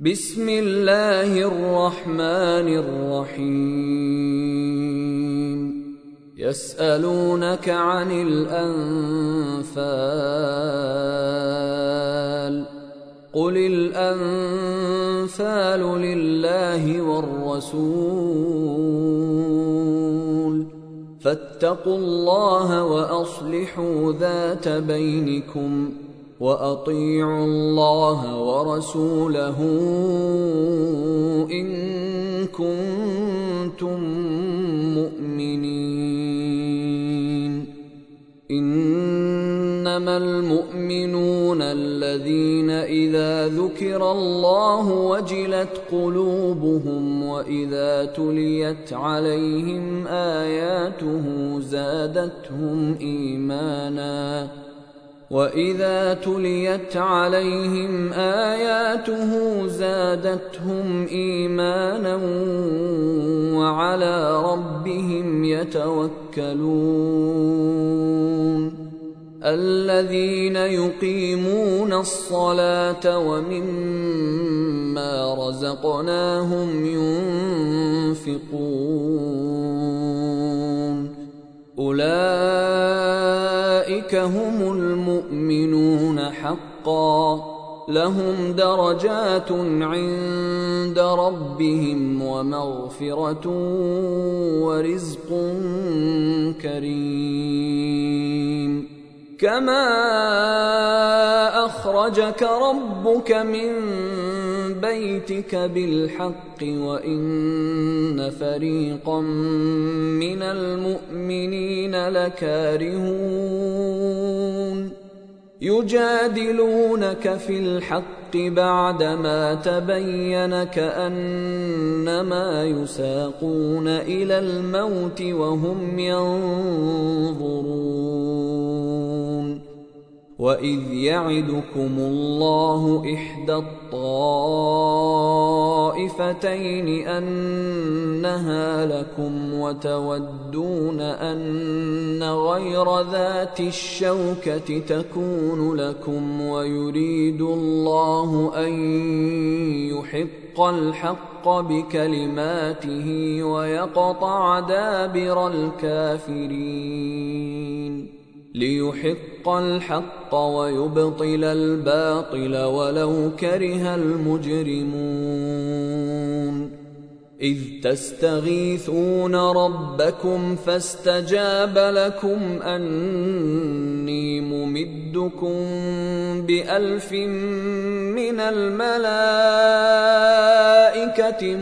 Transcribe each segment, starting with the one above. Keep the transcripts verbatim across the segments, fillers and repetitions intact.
بسم الله الرحمن الرحيم يسألونك عن الأنفال قل الأنفال لله والرسول فاتقوا الله وأصلحوا ذات بينكم وأطيعوا الله ورسوله إن كنتم مؤمنين إنما المؤمنون الذين إذا ذكر الله وجلت قلوبهم وإذا تليت عليهم آياته زادتهم إيمانا وَإِذَا تُلِيَتْ عَلَيْهِمْ آيَاتُهُ زَادَتْهُمْ إِيمَانًا وَعَلَى رَبِّهِمْ يَتَوَكَّلُونَ الَّذِينَ يُقِيمُونَ الصَّلَاةَ وَمِمَّا رَزَقْنَاهُمْ يُنْفِقُونَ أولئك هم المؤمنون حقا لهم درجات عند ربهم ومغفرة ورزق كريم كما أخرجك ربك من بيتك بالحق وإن فريقا من المؤمنين لكارهون يجادلونك في الحق بعدما تبين كأنما يساقون إلى الموت وهم ينظرون وَإِذْ يَعِدُكُمُ اللَّهُ إِحْدَى الطَّائِفَتَيْنِ أَنَّهَا لَكُمْ وَتَوَدُّونَ أَنَّ غَيْرَ ذَاتِ الشَّوْكَةِ تَكُونُ لَكُمْ وَيُرِيدُ اللَّهُ أَن يُحِقَّ الْحَقَّ بِكَلِمَاتِهِ وَيَقْطَعَ دَابِرَ الْكَافِرِينَ ليحق الحق ويبطل الباطل ولو كره المجرمون إذ تستغيثون ربكم فاستجاب لكم أني ممدكم بألف من الملائكة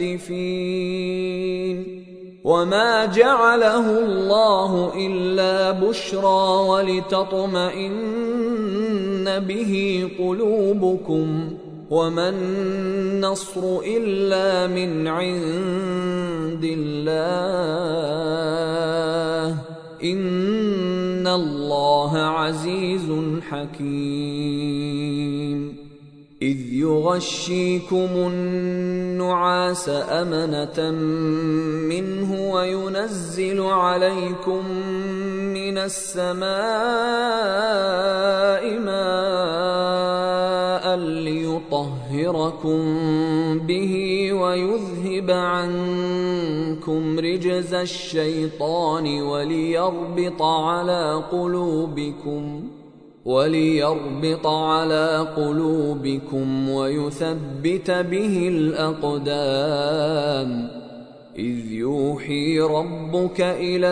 مردفين وما جعله الله إلا بشرى ولتطمئن به قلوبكم وما النصر إلا من عند الله إن الله عزيز حكيم إذ يغشيكم النعاس أمنة منه وينزل عليكم من السماء ماء ليطهركم به ويذهب عنكم رجز الشيطان وليربط على قلوبكم وليربط على قلوبكم ويثبت به الأقدام إذ يوحي ربك إلى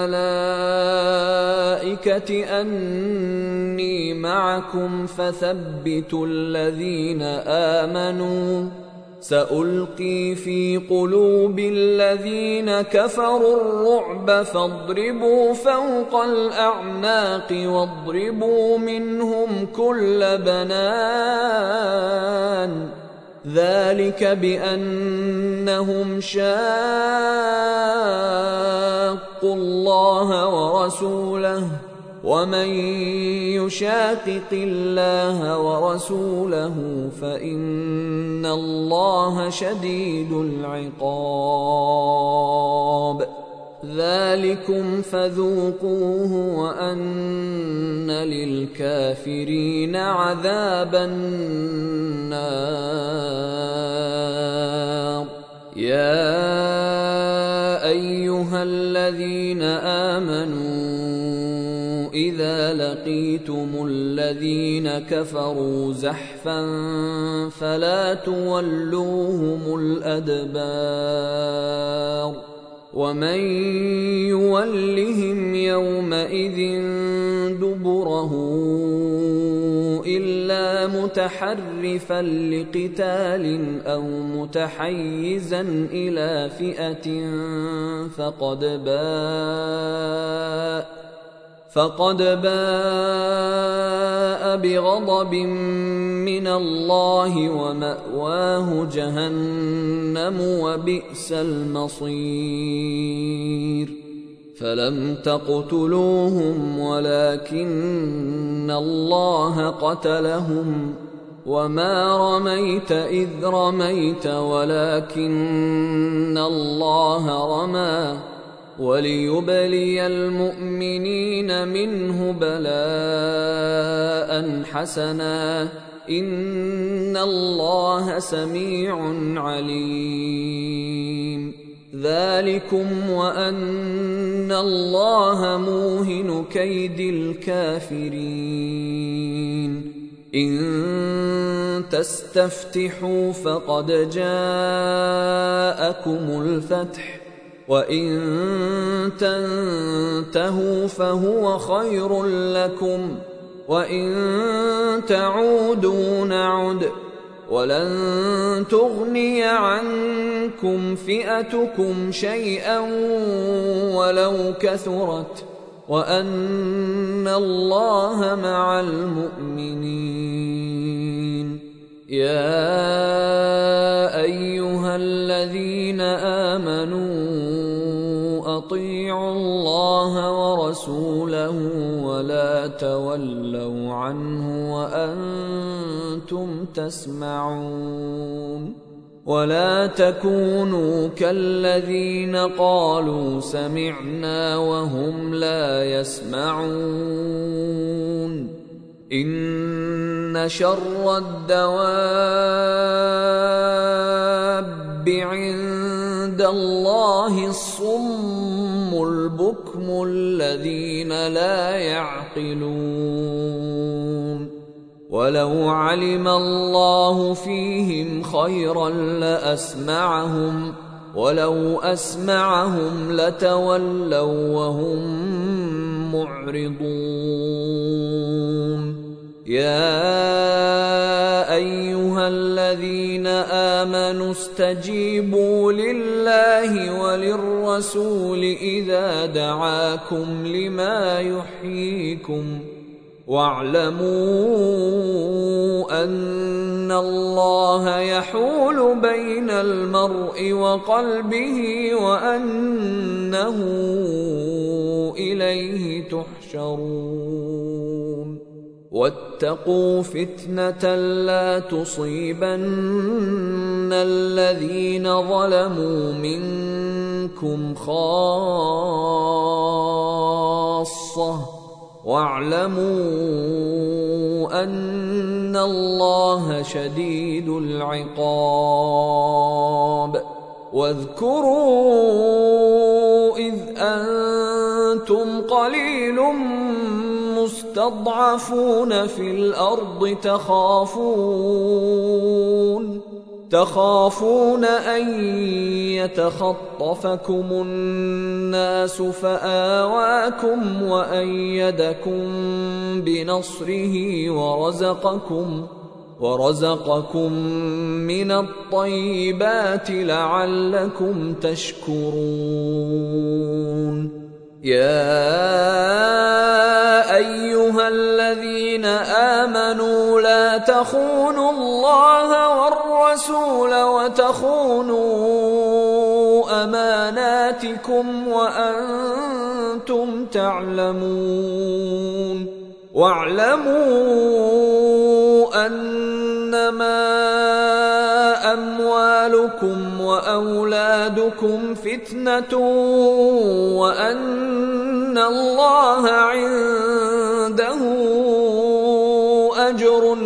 الملائكة أني معكم فثبتوا الذين آمنوا سألقي في قلوب الذين كفروا الرعب فاضربوا فوق الأعناق واضربوا منهم كل بنان ذلك بأنهم شاقوا الله ورسوله ومن يشاقق الله ورسوله فإن الله شديد العقاب ذلكم فذوقوه وأن للكافرين عذاب النار. أيها الذين آمنوا إذا لقيتم الذين كفروا زحفا فلا تولوهم الأدبار ومن يولهم يومئذ دبره إلا متحرفا لقتال أو متحيزا إلى فئة فقد باء فقد باء بغضب من الله ومأواه جهنم وبئس المصير فلم تقتلوهم ولكن الله قتلهم وما رميت إذ رميت ولكن الله رمى وليبلي المؤمنين منه بلاء حسنا إن الله سميع عليم ذلكم وأن الله موهن كيد الكافرين إن تستفتحوا فقد جاءكم الفتح وإن تنتهوا فهو خير لكم وإن تعودوا نعد ولن تغني عنكم فئتكم شيئا ولو كثرت وأن الله مع المؤمنين يا أيها الذين آمنوا أطيعوا الله ورسوله ولا تولوا عنه وأنتم تسمعون ولا تكونوا كالذين قالوا سمعنا وهم لا يسمعون إن شر الدواب عند الله الصم البكم الذين لا يعقلون ولو علم الله فيهم خيرا لأسمعهم ولو أسمعهم لتولوا وهم معرضون يا أيها الذين آمنوا استجيبوا لله وللرسول إذا دعاكم لما يحييكم واعلموا أن الله يحول بين المرء وقلبه وأنه إليه تحشرون واتقوا فتنة لا تصيبن الذين ظلموا منكم خاصة واعلموا أن الله شديد العقاب واذكروا إذ أنتم قليل مستضعفون في الأرض تخافون تخافون أن يتخطفكم الناس فآواكم وأيدكم بنصره ورزقكم ورزقكم من الطيبات لعلكم تشكرون يا أيها الذين آمنوا لا تخونوا الله والرسول وتخونوا أماناتكم وأنتم تعلمون واعلموا أنما أموالكم وأولادكم فتنة وأن الله عنده أجر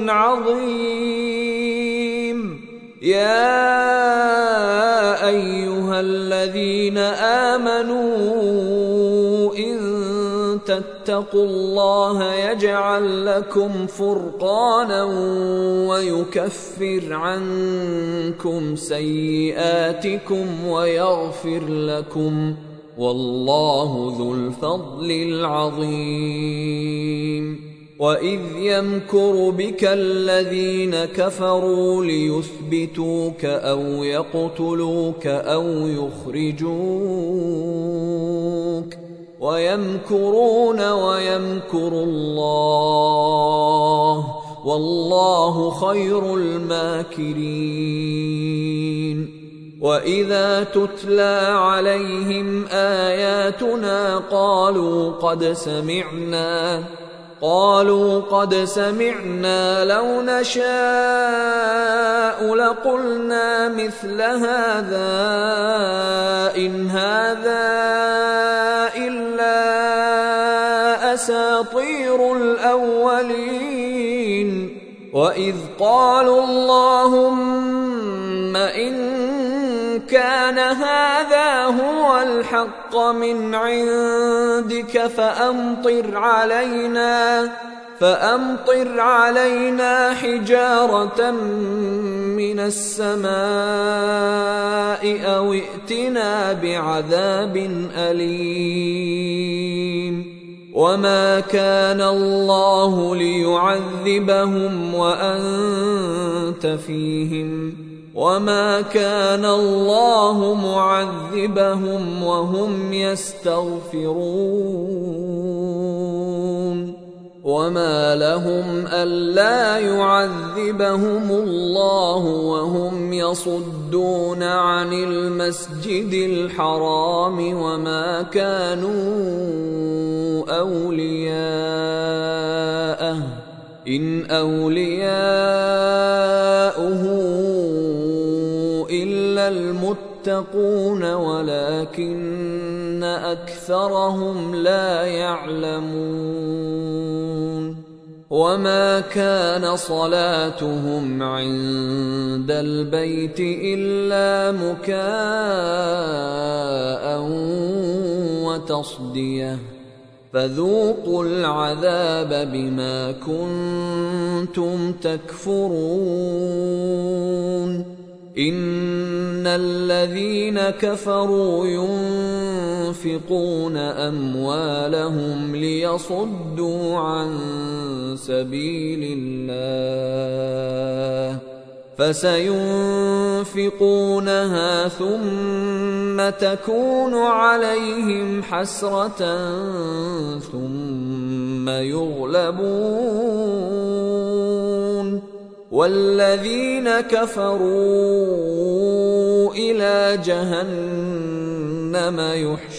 عظيم يا أيها الذين آمنوا إن تتقوا الله يجعل لكم فرقانا ويكفر عنكم سيئاتكم ويغفر لكم، والله ذو الفضل العظيم. وإذ يمكر بك الذين كفروا ليثبتوك أو يقتلوك أو يخرجوك ويمكرون ويمكر الله والله خير الماكرين. وإذا تتلى عليهم آياتنا قالوا قد سمعنا قالوا قد سمعنا لو نشاء لقلنا مثل هذا إن هذا إلا أساطير الأولين. وإذ قالوا اللهم إن كان هذا هو الحق من عندك فأمطر علينا فأمطر علينا حجارة من السماء أو ائتنا بعذاب أليم. وما كان الله ليعذبهم وأنت فيهم وما كان الله معذبهم وهم يستغفرون. وما لهم ألا يعذبهم الله وهم يصدون عن المسجد الحرام وما كانوا أولياءه إن أولياؤه إلا المتقون ولكن أكثرهم لا يعلمون. وما كان صلاتهم عند البيت إلا مكاء وتصدية فذوقوا العذاب بما كنتم تكفرون. إن الذين كفروا ينفقون أموالهم ليصدوا عن سبيل الله فسينفقونها ثم تكون عليهم حسرة ثم يغلبون والذين كفروا إلى جهنم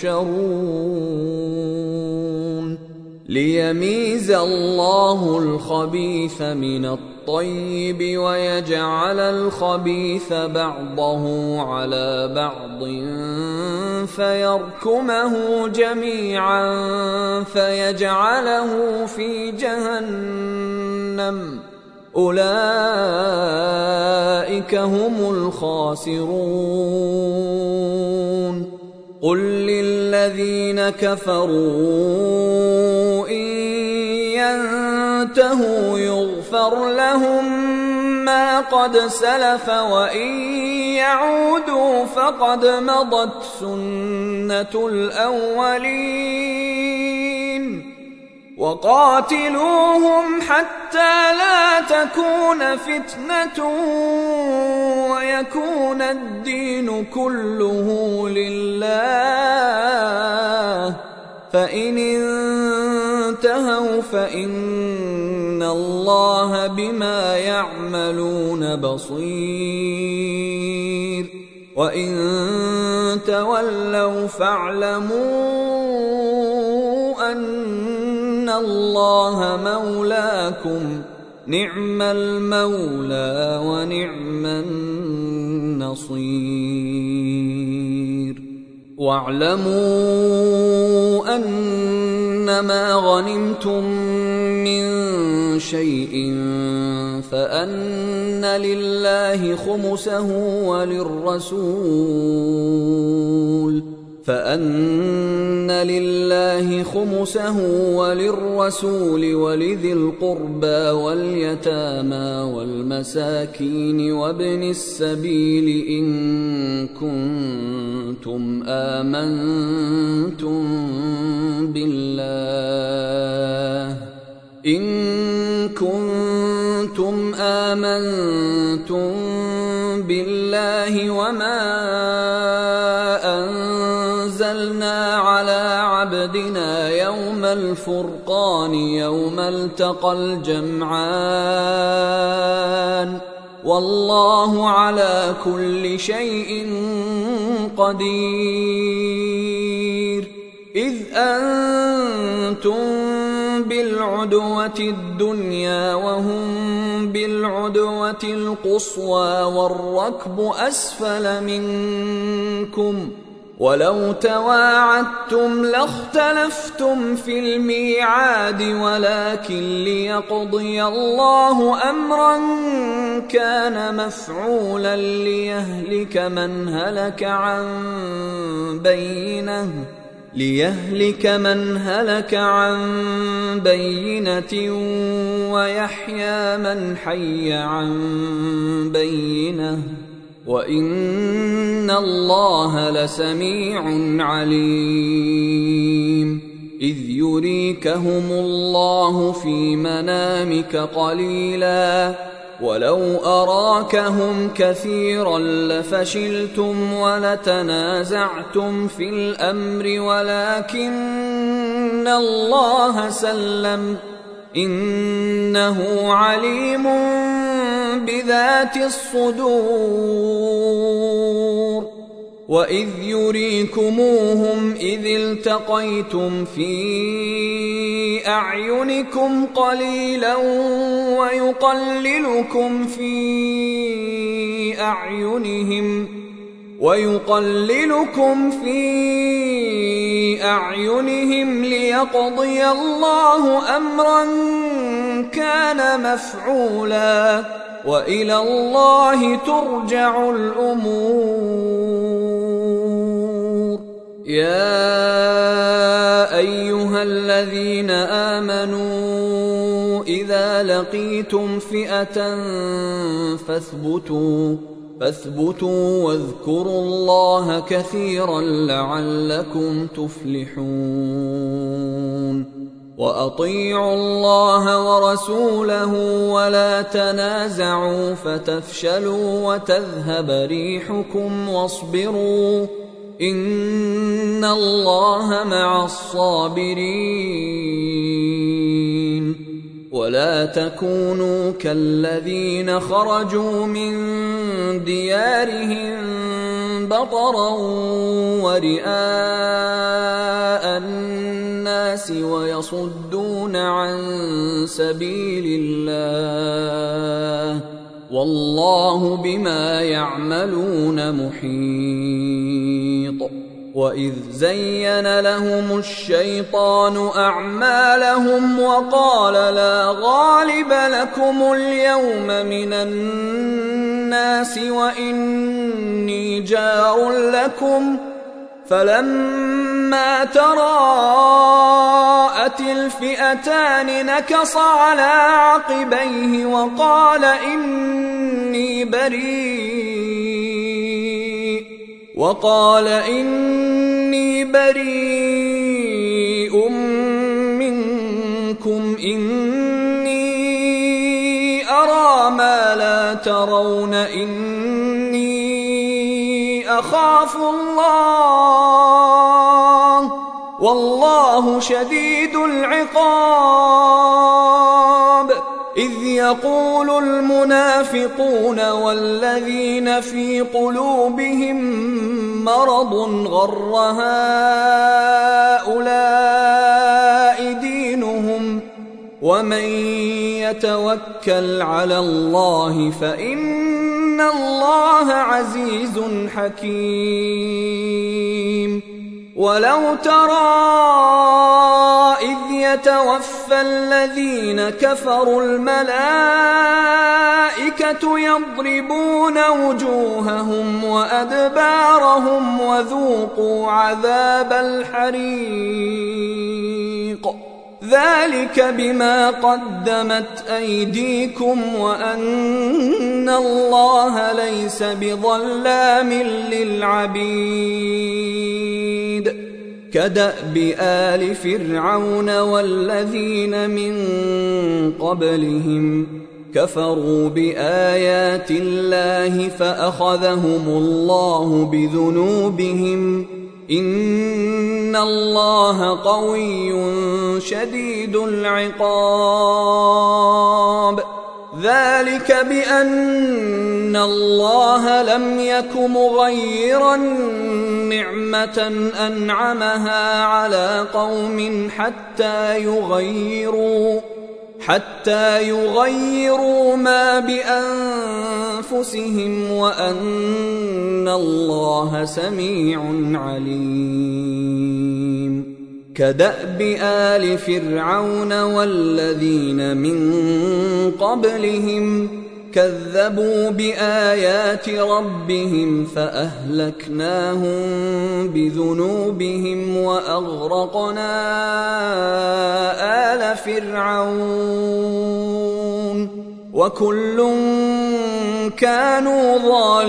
يحشرون ليميز الله الخبيث من الطيب ويجعل الخبيث بعضه على بعض فيركمه جميعا فيجعله في جهنم أولئك هم الخاسرون. قل للذين كفروا إن ينتهوا يغفر لهم ما قد سلف وإن يعودوا فقد مضت سنة الأولين. وقاتلوهم حتى لا تكون فتنة ويكون الدين كله لله فإن انتهوا فإن الله بما يعملون بصير وإن تولوا فاعلموا أن الله مولاكم نعم المولى ونعم النصير. واعلموا أنما غنمتم من شيء فأن لله خمسه وللرسول فأن لله خمسه وللرسول ولذي القربى واليتامى والمساكين وابن السبيل إن كنتم آمنتم بالله إن كنتم آمنتم بالله وما أنزلنا على عبدنا يوم الفرقان يوم التقى الجمعان والله على كل شيء قدير إذ أنتم بالعدوة الدنيا وهم بالعدوة القصوى والركب أسفل منكم ولو تواعدتم لاختلفتم في الميعاد ولكن ليقضي الله أمرا كان مفعولا ليهلك من هلك عن بينه ليهلك من هلك عن بينة ويحيى من حي عن بينة وإن الله لسميع عليم إذ يريكهم الله في منامك قليلا ولو أراكهم كثيرا لفشلتم ولتنازعتم في الأمر ولكن الله سلم إنه عليم بذات الصدور وإذ يريكموهم إذ التقيتم في أعينكم قليلا ويقللكم في أعينهم ويقللكم في أعينهم ليقضي الله أمرا كان مفعولا وإلى الله ترجع الأمور يا أيها الذين آمنوا إذا لقيتم فئة فاثبتوا فاثبتوا واذكروا الله كثيرا لعلكم تفلحون وأطيعوا الله ورسوله ولا تنازعوا فتفشلوا وتذهب ريحكم واصبروا إن الله مع الصابرين ولا تكونوا كالذين خرجوا من ديارهم بطرا ورئاء الناس ويصدون عن سبيل الله والله بما يعملون محيط وإذ زين لهم الشيطان أعمالهم وقال لا غالب لكم اليوم من الناس وإني جار لكم فلما تراءت الفئتان نكص على عقبيه وقال إني بريء وقال إني بريء منكم إني أرى ما لا ترون إني أخاف الله والله شديد العقاب إذ يقول المنافقون والذين في قلوبهم مرض غر هؤلاء دينهم ومن يتوكل على الله فإن الله عزيز حكيم ولو ترى إذ يتوفى الذين كفروا الملائكة يضربون وجوههم وأدبارهم وذوقوا عذاب الحريق ذلك بما قدمت أيديكم وأن الله ليس بظلام للعبيد كدأب آل فرعون والذين من قبلهم كفروا بآيات الله فأخذهم الله بذنوبهم إن الله قوي شديد العقاب ذلك بأن الله لم يك مغيرا نعمة أنعمها على قوم حتى يغيروا حتى يغيروا ما بأنفسهم وأن الله سميع عليم كدأب آل فرعون والذين من قبلهم كذبوا بآيات ربهم فأهلكناهم بذنوبهم وأغرقنا آل فرعون وكل كانوا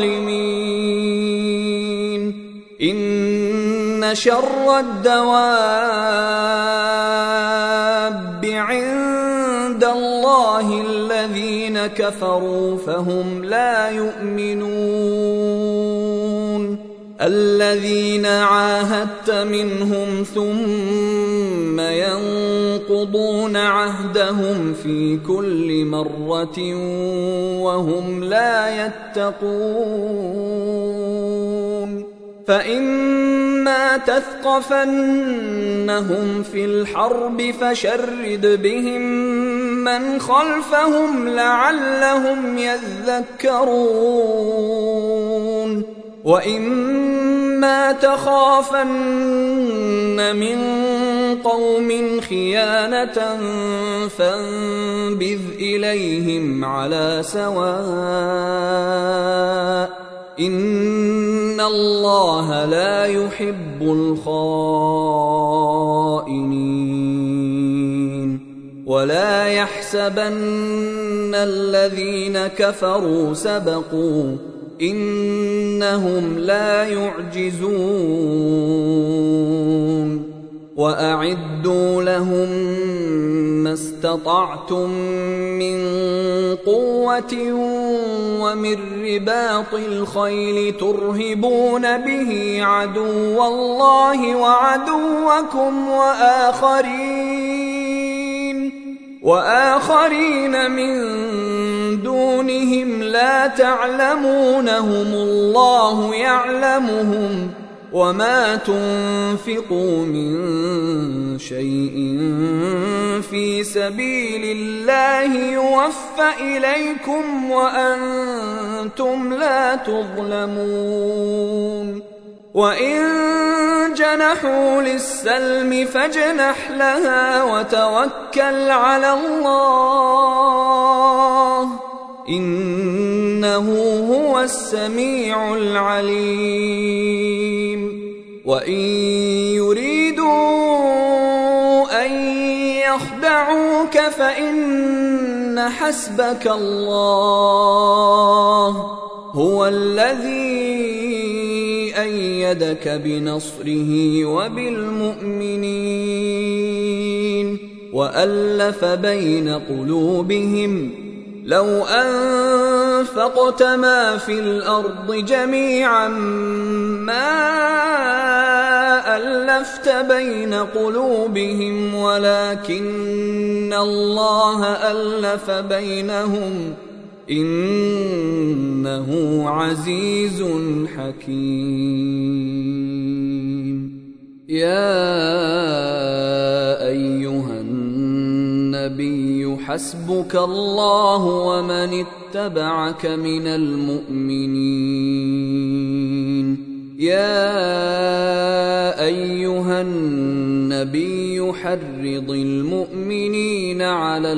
ظالمين إن شر الدواب عند الله الذين كفروا فهم لا يؤمنون الذين عاهدت منهم ثم ينقضون عهدهم في كل مرة وهم لا يتقون فإما تثقفنهم في الحرب فشرد بهم من خلفهم لعلهم يذكرون وإما تخافن من قوم خيانة فانبذ إليهم على سواء إن الله لا يحب الخائنين ولا يحسبن الذين كفروا سبقوا إنهم لا يعجزون وأعدوا لهم ما استطعتم من قوة ومن رباط الخيل ترهبون به عدو الله وعدوكم وآخرين وآخرين من دونهم لا تعلمونهم الله يعلمهم وما تنفقوا من شيء في سبيل الله يوفى إليكم وأنتم لا تظلمون وإن جنحوا للسلم فاجنح لها وتوكل على الله إنه هو السميع العليم وإن يريدوا أن يخدعوك فإن حسبك الله هو الذي أيدك بنصره وبالمؤمنين وألف بين قلوبهم لو أنفقت ما في الأرض جميعا ما ألفت بين قلوبهم ولكن الله ألف بينهم إنه عزيز حكيم يا أيها النبي حسبك الله ومن اتبعك من المؤمنين يا أيها النبي حسبك يحرض المؤمنين على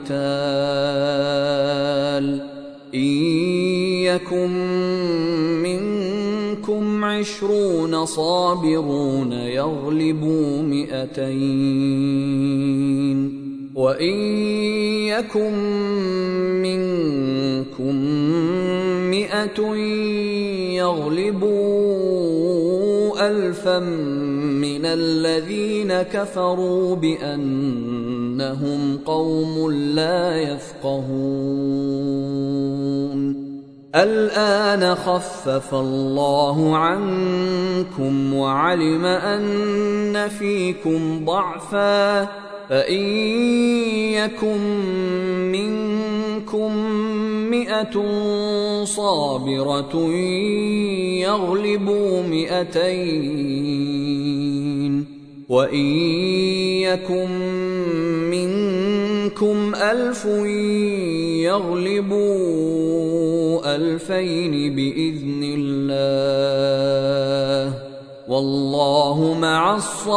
القتال إن يكن منكم عشرون صابرون يغلبوا مئتين وإن يكن منكم مئة يغلبوا ألفا من الذين كفروا بأنهم قوم لا يفقهون الآن خفف الله عنكم وعلم أن فيكم ضعفا فإن يكن منكم مئة صابرة يغلبوا مئتين وإن يكن منكم ألف يغلبوا ألفين بإذن الله والله مع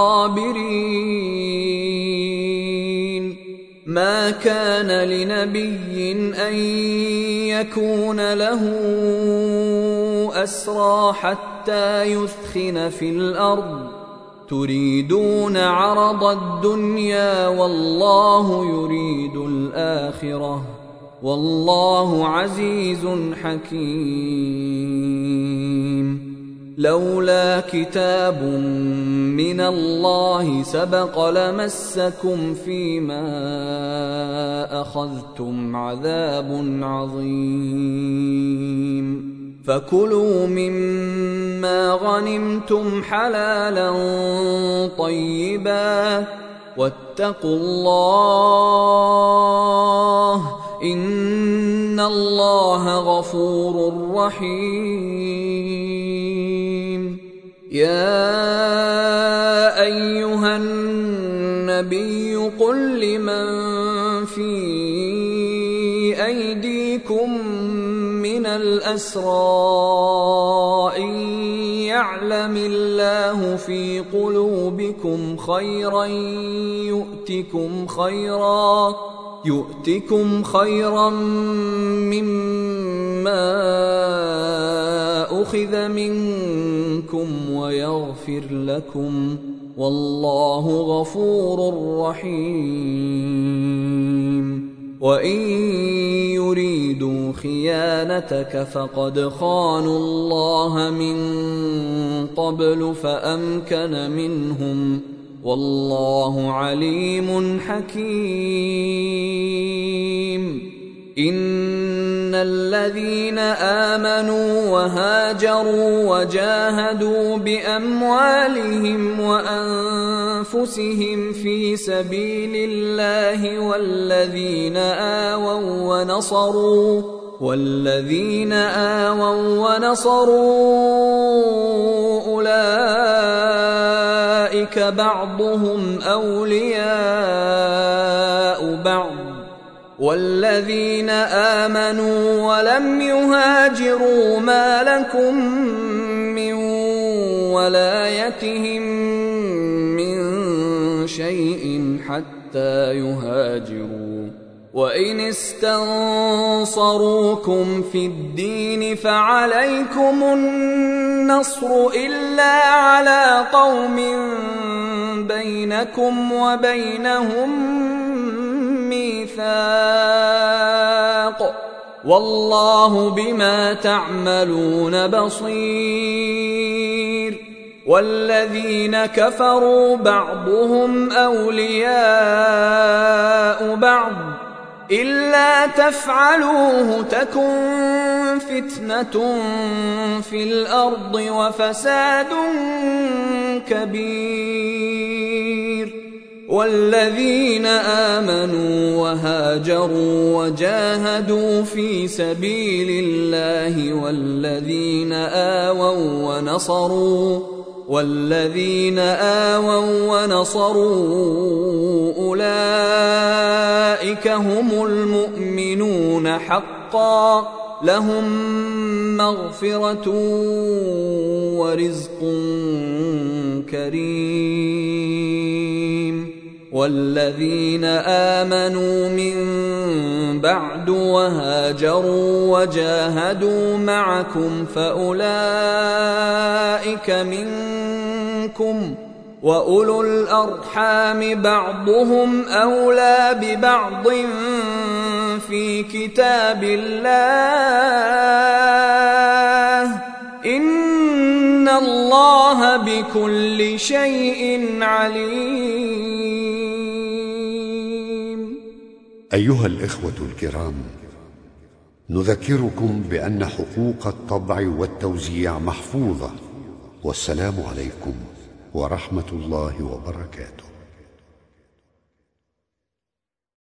الصابرين ما كان لنبي أن يكون له أسرى حتى يثخن في الأرض تريدون عرض الدنيا والله يريد الآخرة والله عزيز حكيم لولا كتاب من الله سبق لمسكم فيما أخذتم عذاب عظيم فكلوا مما غنمتم حلالا طيبا واتقوا الله إن الله غفور رحيم يا أيها النبي قل لمن في أيديكم من الأسرى إن يعلم الله في قلوبكم خيرا يؤتكم خيرا يؤتكم خيرا مما أخذ منكم ويغفر لكم والله غفور رحيم وإن يريدوا خيانتك فقد خانوا الله من قبل فأمكن منهم والله عليم حكيم إن الذين آمنوا وهاجروا وجاهدوا بأموالهم وأنفسهم في سبيل الله والذين آووا ونصروا والذين آووا ونصروا أولئك بعضهم أولياء بعض والذين آمنوا ولم يهاجروا ما لكم من ولايتهم من شيء حتى يهاجروا وإن استنصروكم في الدين فعليكم النصر إلا على قوم بينكم وبينهم ميثاق والله بما تعملون بصير والذين كفروا بعضهم أولياء بعض إلا تفعلوه تكن فتنة في الأرض وفساد كبير والذين آمنوا وهاجروا وجاهدوا في سبيل الله والذين آووا ونصروا والذين آووا ونصروا أولئك هم المؤمنون حقا لهم مغفرة ورزق كريم والذين آمنوا من بعد وهاجروا وجاهدوا معكم فأولئك منكم، وأولو الأرحام بعضهم أولى ببعض في كتاب الله، إن الله بكل شيء عليم. أيها الإخوة الكرام، نذكركم بأن حقوق الطبع والتوزيع محفوظة، والسلام عليكم ورحمة الله وبركاته.